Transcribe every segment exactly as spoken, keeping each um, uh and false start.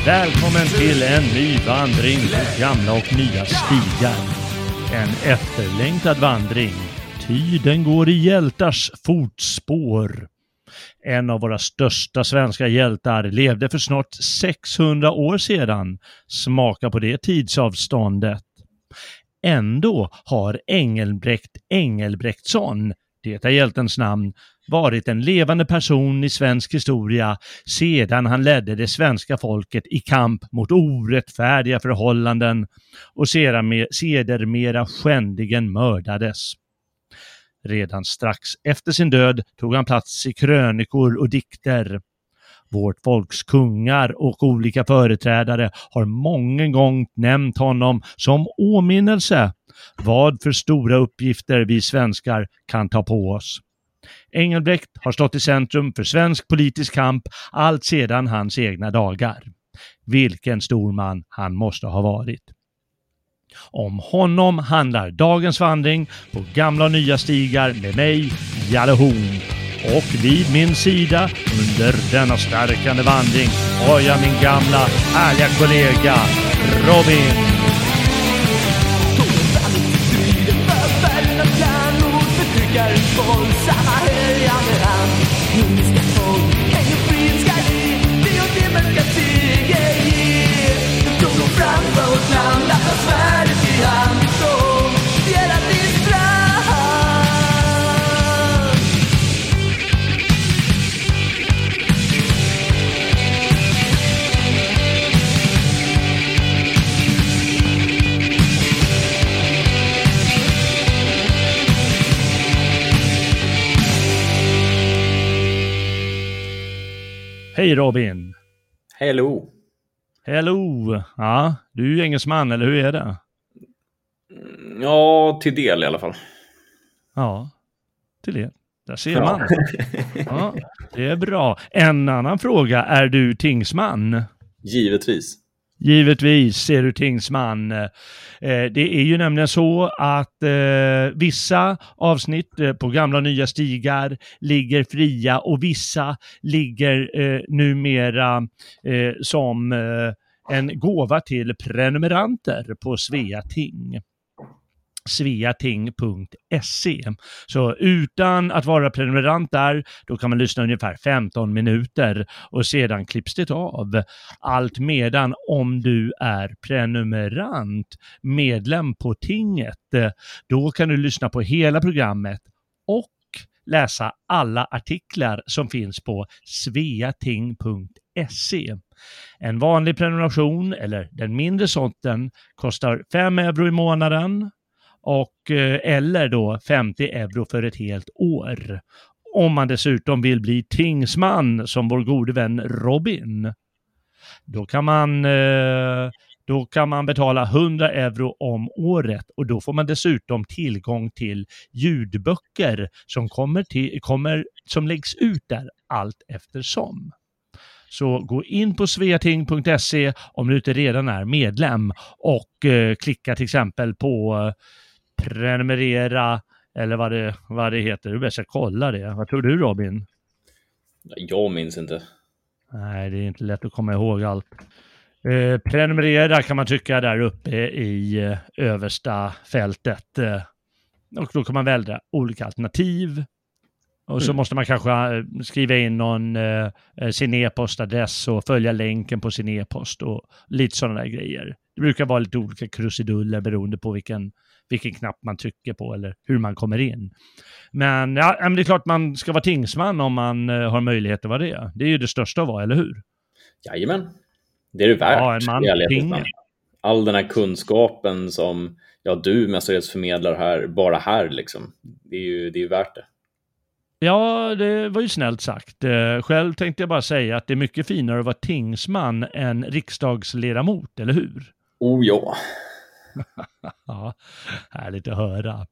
Välkommen till en ny vandring på gamla och nya stigar. En efterlängtad vandring. Tiden går i hjältars fotspår. En av våra största svenska hjältar levde för snart sexhundra år sedan. Smaka på det tidsavståndet. Ändå har Engelbrekt Engelbrektsson, det är hjältens namn, varit en levande person i svensk historia sedan han ledde det svenska folket i kamp mot orättfärdiga förhållanden och sedermera skändligen mördades. Redan strax efter sin död tog han plats i krönikor och dikter. Vårt folks kungar och olika företrädare har många gånger nämnt honom som åminnelse. Vad för stora uppgifter vi svenskar kan ta på oss. Engelbrekt har stått i centrum för svensk politisk kamp allt sedan hans egna dagar. Vilken stor man han måste ha varit. Om honom handlar dagens vandring på gamla och nya stigar med mig, Jalle Horn. Och vid min sida under denna stärkande vandring har jag min gamla härliga kollega Robin. Hej Robin. Hello. Hello. Ja, du är ju engelsman, eller hur är det? Ja, till del i alla fall. Ja, till del. Där ser man. Ja, det är bra. En annan fråga, är du tingsman? Givetvis. Givetvis ser du tingsman. Eh, det är ju nämligen så att eh, vissa avsnitt eh, på gamla och nya stigar ligger fria och vissa ligger eh, numera eh, som eh, en gåva till prenumeranter på Sveating. sveating punkt se. Så utan att vara prenumerant där, då kan man lyssna ungefär femton minuter och sedan klipps det av. Allt medan om du är prenumerant, medlem på tinget, då kan du lyssna på hela programmet och läsa alla artiklar som finns på sveating punkt se. En vanlig prenumeration, eller den mindre sorten, kostar fem euro i månaden. Och, eller då femtio euro för ett helt år. Om man dessutom vill bli tingsman som vår gode vän Robin, då kan man, då kan man betala hundra euro om året. Och då får man dessutom tillgång till ljudböcker som, kommer till, kommer, som läggs ut där allt eftersom. Så gå in på sveating punkt se om du inte redan är medlem och eh, klicka till exempel på eh, prenumerera eller vad det, vad det heter. Du bäst kolla det. Vad tror du Robin? Jag minns inte. Nej, det är inte lätt att komma ihåg allt. Eh, prenumerera kan man trycka där uppe i eh, översta fältet. Eh, och då kan man välja olika alternativ. Och så mm. måste man kanske skriva in någon, eh, sin e-postadress och följa länken på sin e-post och lite sådana där grejer. Det brukar vara lite olika krusiduller beroende på vilken, vilken knapp man trycker på eller hur man kommer in. Men, ja, men det är klart man ska vara tingsman om man eh, har möjlighet att vara det. Det är ju det största att vara, eller hur? Jajamän. Det är det värt. Ja, en man, ting. All den här kunskapen som ja, du mestadels förmedlar här, bara här liksom. Det är ju det är värt det. Ja, det var ju snällt sagt. Själv tänkte jag bara säga att det är mycket finare att vara tingsman än riksdagsledamot, eller hur? Oh ja. Ja, härligt att höra.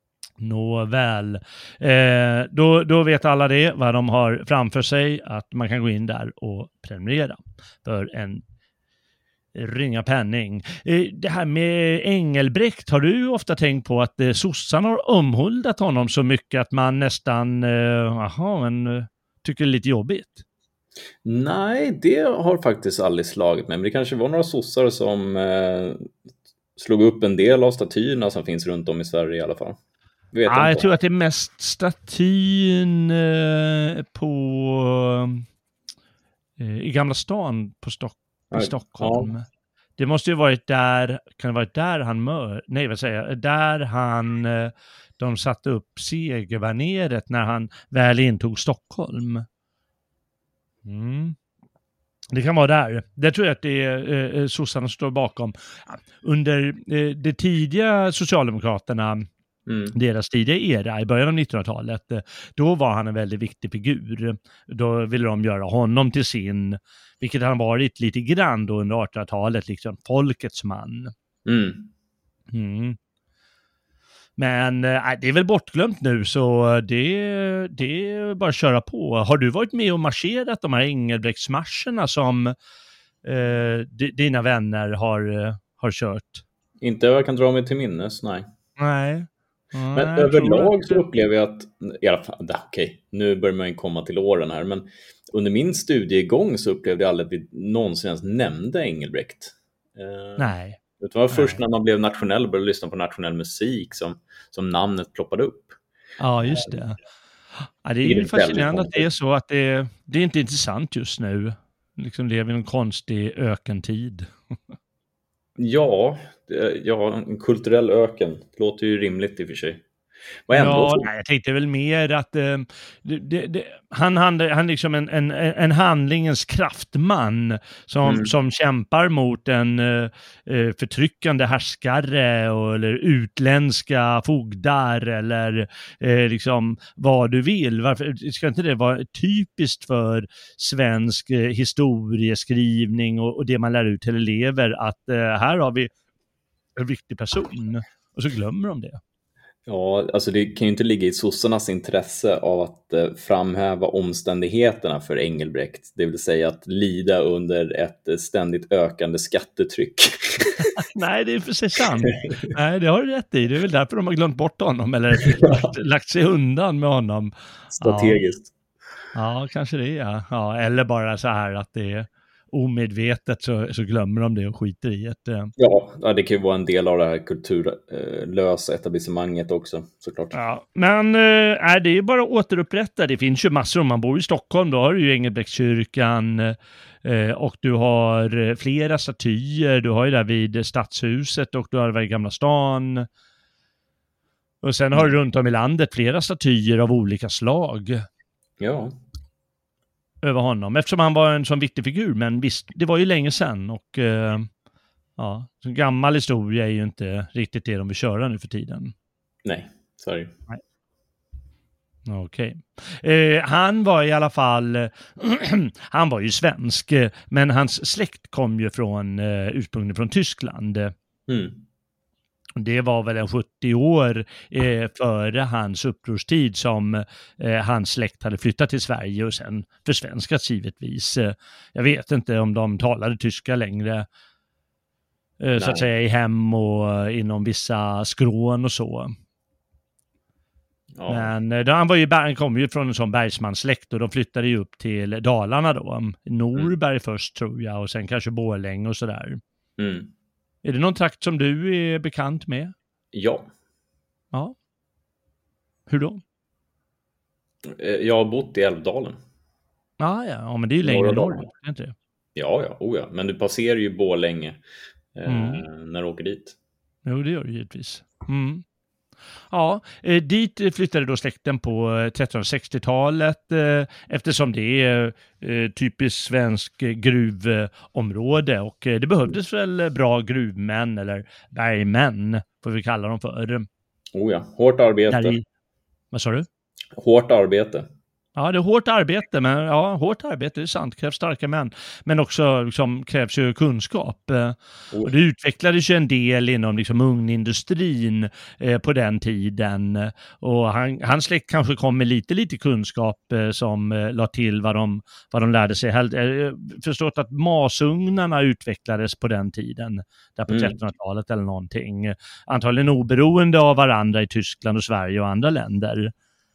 Nåväl. Eh, då, då vet alla det, vad de har framför sig, att man kan gå in där och prenumerera för en ringa penning. Det här med Engelbrekt, har du ofta tänkt på att sossarna har omhuldat honom så mycket att man nästan aha, men, tycker det är lite jobbigt? Nej, det har faktiskt aldrig slagit mig. Men det kanske var några sossar som eh, slog upp en del av statyerna som finns runt om i Sverige i alla fall. Vet Ja, jag, inte. jag tror att det är mest statyn eh, på eh, i Gamla stan på Stock- i Stockholm. Ja. Det måste ju varit där, kan det varit där han mör, nej vad säger jag, där han, eh, de satte upp segerbaneret när han väl intog Stockholm. Mm. Det kan vara där. Det tror jag att det är eh, sossarna står bakom. Under eh, det tidiga Socialdemokraterna, mm. deras tidiga era i början av nittonhundratalet, eh, då var han en väldigt viktig figur. Då ville de göra honom till sin, vilket han varit lite grann då under artonhundratalet, liksom folkets man. Mm. Mm. Men äh, det är väl bortglömt nu, så det, det är bara att köra på. Har du varit med och marscherat de här Engelbrektsmarscherna som äh, d- dina vänner har, äh, har kört? Inte jag kan dra mig till minnes, nej. Nej. Men nej, överlag att... så upplever jag att, i alla fall, okej, okay, nu börjar man komma till åren här, men under min studiegång så upplevde jag aldrig att vi någonsin ens nämnde Engelbrekt. Uh, nej. Det var först när man blev nationell och började lyssna på nationell musik som, som namnet ploppade upp. Ja, just det. Ja, det är ju fascinerande att det är så att det, det är inte intressant just nu. Liksom lever i en konstig ökentid. Ja, ja, en kulturell öken. Det låter ju rimligt i och för sig. Ja, nej, jag tänkte väl mer att eh, det, det, det, han, han, han liksom en, en, en handlingens kraftman som, mm. som kämpar mot en eh, förtryckande härskare och, eller utländska fogdar eller eh, liksom vad du vill. Varför ska inte det vara typiskt för svensk eh, historieskrivning och, och det man lär ut till elever att eh, här har vi en viktig person och så glömmer de det. Ja, alltså det kan ju inte ligga i sossarnas intresse av att eh, framhäva omständigheterna för Engelbrekt, det vill säga att lida under ett ständigt ökande skattetryck. Nej, det är för sig sant. Nej, det har du rätt i. Det är väl därför de har glömt bort honom eller lagt, lagt sig undan med honom. Strategiskt. Ja, ja kanske det är. Ja, eller bara så här att det är omedvetet så, så glömmer de det och skiter i det. Ja, det kan ju vara en del av det här kulturlösa etablissemanget också, såklart. Ja, men äh, det är bara att återupprätta. Det finns ju massor. Om man bor i Stockholm, då har du ju Engelbrektskyrkan äh, och du har flera statyer. Du har ju där vid Stadshuset och du har i Gamla stan. Och sen har du runt om i landet flera statyer av olika slag. Ja. Över honom, eftersom han var en sån viktig figur, men visst, det var ju länge sedan och eh, ja, så gammal historia är ju inte riktigt det de vill köra nu för tiden. Nej, sorry. Nej. Okej. Okay. Eh, han var i alla fall han var ju svensk, men hans släkt kom ju från eh, ursprungligen från Tyskland. Mm. Det var väl en sjuttio år eh, före hans upprorstid som eh, hans släkt hade flyttat till Sverige och sen försvenskats givetvis. Eh, jag vet inte om de talade tyska längre eh, så att säga i hem och eh, inom vissa skrån och så. Ja. Men eh, han, var ju, han kom ju från en sån bergsmanssläkt och de flyttade ju upp till Dalarna då. Norberg mm. först tror jag och sen kanske Borlänge och sådär. Mm. Är det någon trakt som du är bekant med? Ja. Ja. Hur då? Jag har bott i Älvdalen. Ah, ja, ja, men det är ju längre norrut, är inte det? Ja, ja, oh ja. Men du passerar ju Borlänge eh, mm. när du åker dit. Jo, det gör du givetvis. Mm. Ja, eh, dit flyttade då släkten på trettonhundrasextiotalet eh, eftersom det är eh, typiskt svensk gruvområde och eh, det behövdes väl bra gruvmän eller bergmän får vi kalla dem för. Oh ja, hårt arbete. I, vad sa du? Hårt arbete. Ja, det är hårt arbete, men ja, hårt arbete, det är sant, krävs starka män. Men också liksom, krävs ju kunskap. Oh. Och det utvecklades ju en del inom liksom, ugnindustrin eh, på den tiden. Och han, hans släkt kanske kom med lite, lite kunskap eh, som eh, la till vad de, vad de lärde sig. Jag eh, förstått att masugnarna utvecklades på den tiden, där på mm. trettonhundratalet eller någonting. Antagligen oberoende av varandra i Tyskland och Sverige och andra länder. Mm.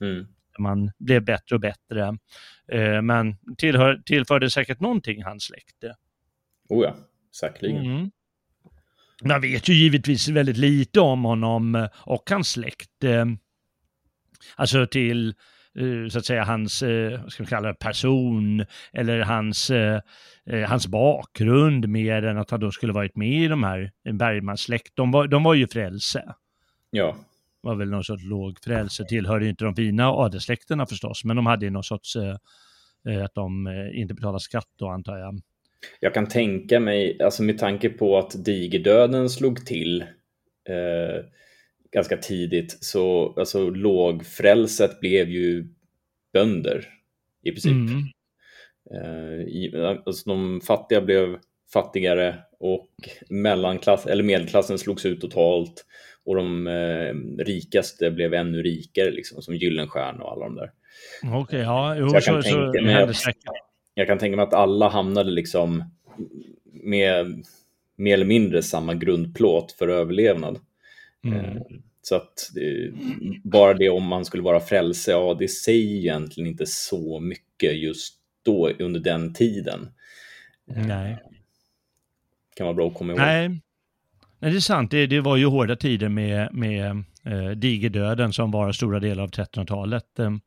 man blev bättre och bättre. Eh, men tillhör, tillförde säkert någonting hans släkte. Oh ja, säkerligen. Mm. Man vet ju givetvis väldigt lite om honom och hans släkt. Eh, alltså till så att säga hans, vad ska man kalla det, person eller hans, hans bakgrund, mer än att han då skulle varit med i de här Bergmans släkt. De var, de var ju frälse. Ja. Var väl någon sorts låg frälse, tillhörde ju inte de fina adelssläkterna förstås, men de hade ju någon sorts eh, att de inte betalade skatt då, antar jag. Jag kan tänka mig, alltså med tanke på att digerdöden slog till eh, ganska tidigt, så alltså lågfrälset blev ju bönder i princip. Mm. Eh, i, alltså de fattiga blev fattigare och mellanklass eller medelklassen slogs ut totalt, och de eh, rikaste blev ännu rikare, liksom, som Gyllenstierna och alla de där. Okej, okay, ja, jo, så jag, så, kan så, tänka mig att, jag kan tänka mig att alla hamnade liksom med mer eller mindre samma grundplåt för överlevnad. Mm. Eh, så att eh, bara det om man skulle vara frälse, ja, det säger egentligen inte så mycket just då under den tiden. Nej. Kan vara bra att komma ihåg. Nej, Nej det är sant. Det, det var ju hårda tider med, med eh, digerdöden som var stora delar av trettonhundratalet.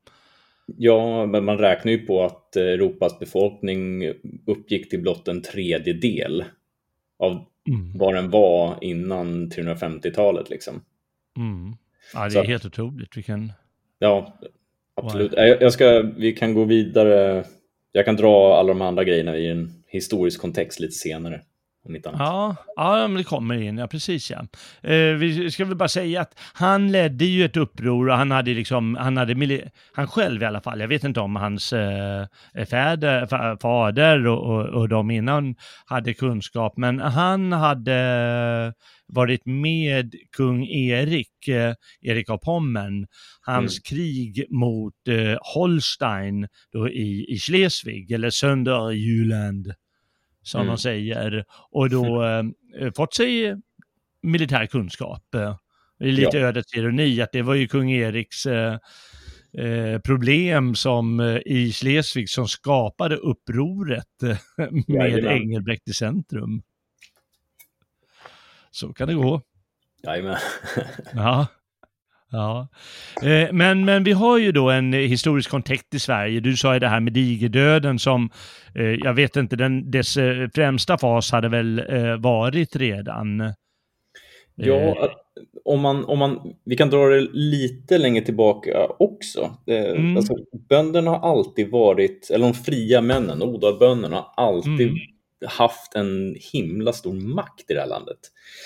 Ja, men man räknar ju på att Europas befolkning uppgick till blott en tredjedel av mm. vad den var innan trehundrafemtiotalet liksom. Mm. Ja, det är så, helt otroligt. Vi kan... Ja, absolut. Wow. Jag ska, vi kan gå vidare. Jag kan dra alla de andra grejerna i en historisk kontext lite senare. Om inte annat. Ja, ja, men det kommer in. Ja, precis ja. Eh, vi ska väl bara säga att han ledde ju ett uppror och han hade liksom, han hade mili- han själv i alla fall, jag vet inte om hans eh, fäder, fader och, och, och de innan hade kunskap, men han hade varit med kung Erik, eh, Erik av Pommern, hans mm. krig mot eh, Holstein då i, i Schleswig, eller Söderjylland som mm. de säger, och då eh, fått sig militär kunskap. Det är lite ja. ödets ironi att det var ju kung Eriks eh, eh, problem som eh, i Schleswig som skapade upproret eh, med Jajamän. Engelbrekt i centrum. Så kan det gå. Jajamän. Ja. Ja, eh, men, men vi har ju då en historisk kontext i Sverige. Du sa ju det här med digerdöden som, eh, jag vet inte, den, dess eh, främsta fas hade väl eh, varit redan. Eh. Ja, om man, om man, vi kan dra det lite längre tillbaka också. Eh, mm. Alltså, bönderna har alltid varit, eller de fria männen, odalbönderna har alltid mm. haft en himla stor makt i det här landet.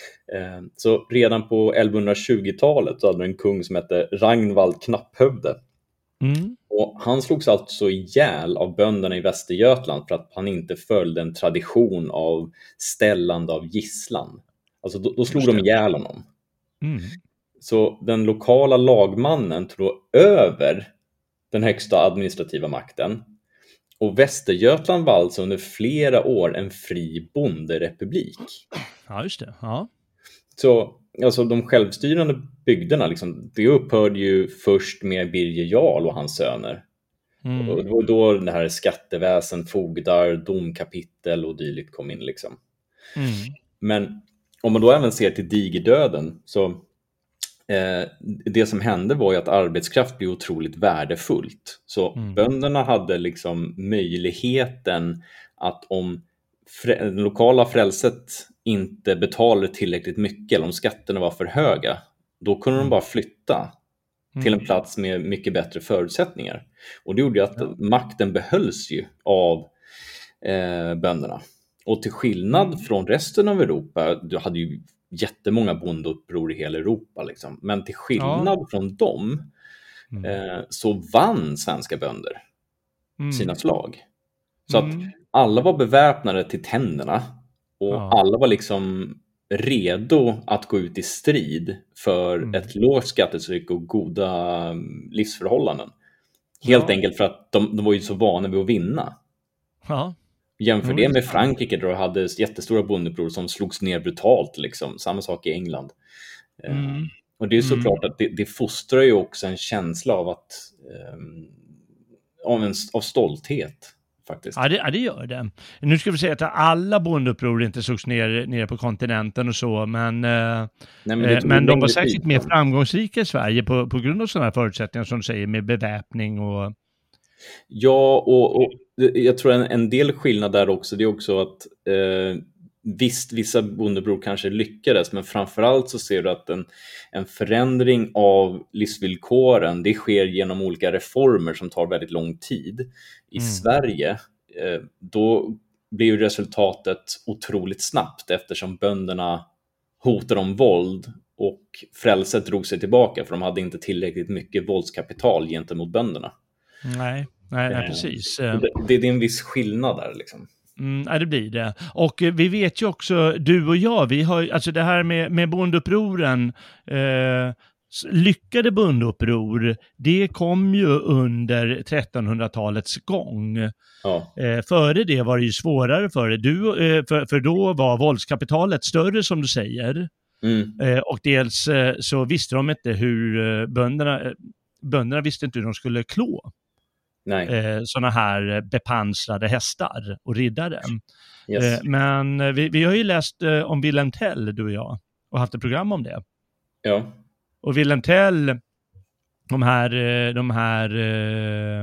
Så redan på elvahundratjugotalet så hade en kung som hette Ragnvald Knapphövde. Mm. Och han slogs alltså ihjäl av bönderna i Västergötland för att han inte följde en tradition av ställande av gisslan. Alltså då, då slog de ihjäl honom. Mm. Så den lokala lagmannen tog över den högsta administrativa makten. Och Västergötland var alltså under flera år en fri bonderepublik. Ja, just det. Ja. Så alltså de självstyrande bygderna, liksom, det upphörde ju först med Birger Jarl och hans söner. Mm. Och det var då det här skatteväsen, fogdar, domkapitel och dylikt kom in. Liksom. Mm. Men om man då även ser till digerdöden, så eh, det som hände var ju att arbetskraft blev otroligt värdefullt. Så mm. bönderna hade liksom möjligheten att om frä- det lokala frälset inte betalade tillräckligt mycket eller om skatterna var för höga, då kunde mm. de bara flytta mm. till en plats med mycket bättre förutsättningar. Och det gjorde ju att ja. makten behölls ju av eh, bönderna. Och till skillnad mm. från resten av Europa, du hade ju jättemånga bondeuppror i hela Europa liksom. Men till skillnad ja. från dem mm. eh, så vann svenska bönder mm. sina slag. Så mm. att alla var beväpnade till tänderna. Och ja. alla var liksom redo att gå ut i strid för mm. ett lågt skattetryck och goda livsförhållanden. Helt ja. enkelt för att de, de var ju så vana vid att vinna. Ja. Jämför det med Frankrike där de hade jättestora bondeuppror som slogs ner brutalt. Liksom. Samma sak i England. Mm. Och det är såklart Mm. att det, det fostrar ju också en känsla av att um, av, en, av stolthet faktiskt. Ja det, ja, det gör det. Nu ska vi säga att alla bondeuppror inte sågs ner, ner på kontinenten och så, men, eh, Nej, men, eh, men de var säkert tid, mer framgångsrika i Sverige på, på grund av sådana här förutsättningar som du säger, med beväpning och... Ja, och, och jag tror en, en del skillnad där också, det är också att eh, visst, vissa bondeuppror kanske lyckades, men framförallt så ser du att en, en förändring av livsvillkoren, det sker genom olika reformer som tar väldigt lång tid. I Mm. Sverige, eh, då blir ju resultatet otroligt snabbt eftersom bönderna hotade om våld och frälset drog sig tillbaka för de hade inte tillräckligt mycket våldskapital gentemot bönderna. Nej, nej, nej precis. Det, det, det är en viss skillnad där liksom. Mm, ja, det blir det. Och eh, vi vet ju också, du och jag, vi har alltså det här med, med bondeupproren, eh, lyckade bondeuppror, det kom ju under trettonhundratalets gång. Ja. Eh, före det var det ju svårare för det. Du, eh, för, för då var våldskapitalet större som du säger. Mm. Eh, och dels eh, så visste de inte hur eh, bönderna, eh, bönderna visste inte hur de skulle klå. Eh, sådana här bepansrade hästar och riddare. Yes. Eh, men eh, vi, vi har ju läst eh, om Wilhelm Tell, du och jag, och haft ett program om det. Ja. Och Wilhelm Tell, de här, eh, de här eh,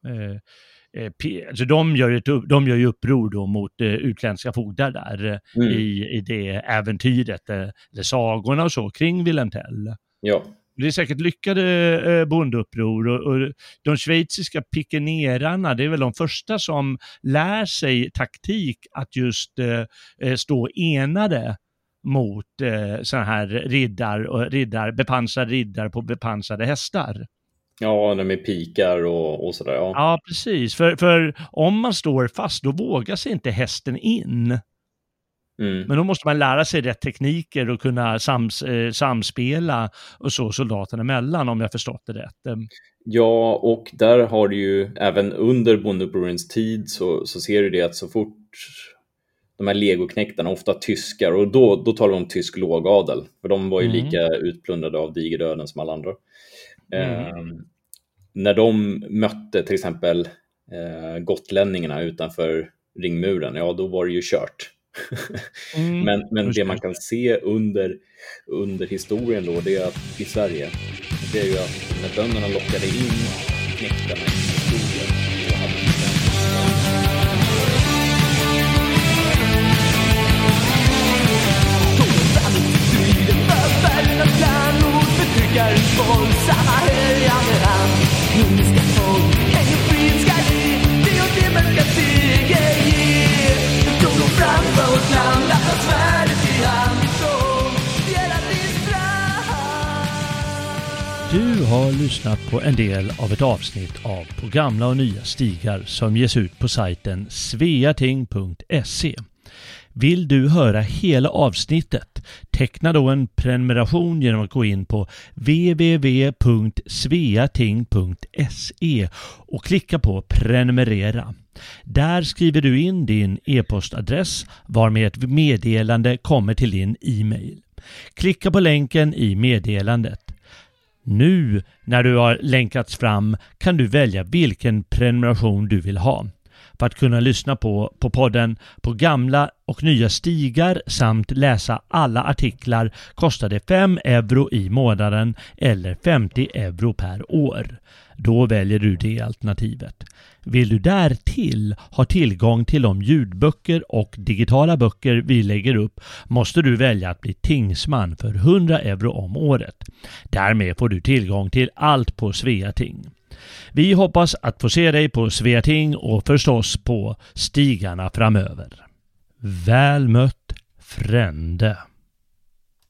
eh, p- alltså de gör ju, de gör ju uppror då mot eh, utländska fogdar där mm. i, i det äventyret, eh, eller sagorna och så, kring Wilhelm Tell. Ja. Det är säkert lyckade eh, bondeuppror och, och de schweiziska pikenerarna, det är väl de första som lär sig taktik att just eh, stå enade mot eh, sådana här riddar och riddar, bepansrade riddar på bepansrade hästar. Ja, de är pikar och, och sådär. Ja, ja precis. För, för om man står fast, då vågar sig inte hästen in. Mm. Men då måste man lära sig rätt tekniker och kunna sams, eh, samspela och så soldaterna emellan, om jag förstått det rätt. Ja, och där har du ju även under bondeupprorens tid så, så ser du det att så fort de här legoknäktarna, ofta tyskar, och då, då talar vi om tysk lågadel, för de var ju mm. lika utplundrade av digerdöden som alla andra. Mm. Eh, när de mötte till exempel eh, gotlänningarna utanför ringmuren, ja då var det ju kört. Mm, men men det man kan se under, under historien då, det är att i Sverige, det är ju att när bönderna lockade in knäktarna i historien, då hade de Du har lyssnat på en del av ett avsnitt av På gamla och nya stigar som ges ut på sajten sveating punkt se. Vill du höra hela avsnittet? Teckna då en prenumeration genom att gå in på w w w punkt sveating punkt se och klicka på prenumerera. Där skriver du in din e-postadress varmed ett meddelande kommer till din e-mail. Klicka på länken i meddelandet. Nu när du har länkats fram kan du välja vilken prenumeration du vill ha. För att kunna lyssna på, på podden På gamla och nya stigar samt läsa alla artiklar kostar det fem euro i månaden eller femtio euro per år. Då väljer du det alternativet. Vill du därtill ha tillgång till de ljudböcker och digitala böcker vi lägger upp måste du välja att bli tingsman för hundra euro om året. Därmed får du tillgång till allt på Sveating. Vi hoppas att få se dig på Sveating och förstås på stigarna framöver. Väl mött, frände.